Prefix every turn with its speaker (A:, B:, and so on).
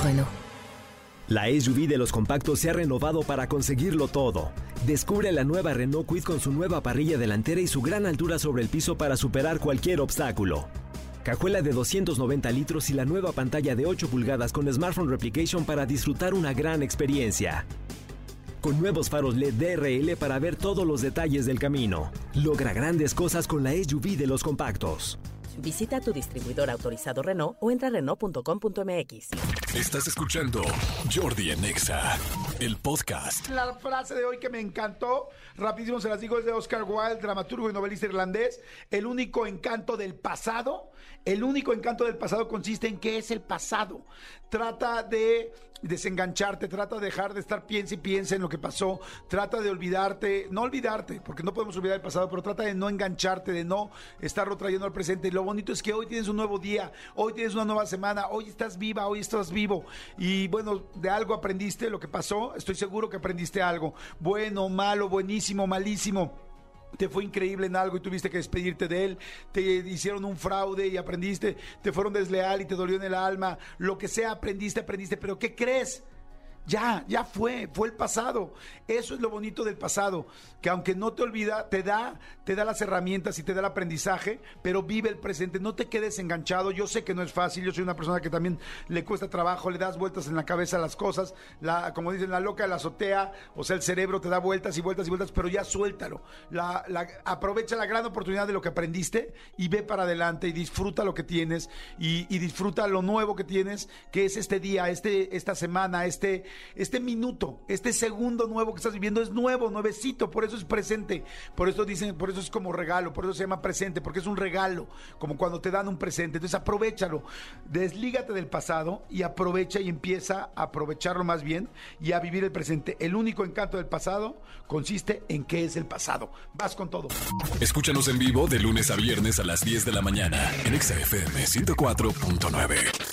A: Renault.
B: La SUV de los compactos se ha renovado para conseguirlo todo. Descubre la nueva Renault Kwid con su nueva parrilla delantera y su gran altura sobre el piso para superar cualquier obstáculo. Cajuela de 290 litros y la nueva pantalla de 8 pulgadas con Smartphone Replication para disfrutar una gran experiencia. Con nuevos faros LED DRL para ver todos los detalles del camino. Logra grandes cosas con la SUV de los compactos.
C: Visita tu distribuidor autorizado Renault o entra a Renault.com.mx.
D: Estás escuchando Jordi en Exa, el podcast.
E: La frase de hoy que me encantó, rapidísimo se las digo, es de Oscar Wilde, dramaturgo y novelista irlandés. El único encanto del pasado consiste en qué es el pasado. Trata de desengancharte, trata de dejar de estar piensa y piensa en lo que pasó, trata de olvidarte, no olvidarte, porque no podemos olvidar el pasado, pero trata de no engancharte, de no estarlo trayendo al presente. Y lo bonito es que hoy tienes un nuevo día, hoy tienes una nueva semana, hoy estás viva, hoy estás vivo. Y bueno, de algo aprendiste lo que pasó, estoy seguro que aprendiste algo, bueno, malo, buenísimo, malísimo. Te fue increíble en algo y tuviste que despedirte de él, te hicieron un fraude y aprendiste, te fueron desleal y te dolió en el alma, lo que sea, aprendiste, pero ¿qué crees? Ya fue el pasado. Eso es lo bonito del pasado, que aunque no te olvida, te da las herramientas y te da el aprendizaje, pero vive el presente, no te quedes enganchado. Yo sé que no es fácil, yo soy una persona que también le cuesta trabajo, le das vueltas en la cabeza a las cosas, como dicen, la loca de la azotea, o sea, el cerebro te da vueltas y vueltas y vueltas, pero ya suéltalo. Aprovecha la gran oportunidad de lo que aprendiste y ve para adelante y disfruta lo que tienes y disfruta lo nuevo que tienes, que es este día, esta semana, este minuto, este segundo nuevo que estás viviendo es nuevo, nuevecito, por eso es presente, por eso es como regalo, por eso se llama presente, porque es un regalo, como cuando te dan un presente. Entonces aprovéchalo, deslígate del pasado y aprovecha y empieza a aprovecharlo más bien y a vivir el presente. El único encanto del pasado consiste en qué es el pasado. Vas con todo.
D: Escúchanos en vivo de lunes a viernes a las 10 de la mañana en Exa FM 104.9.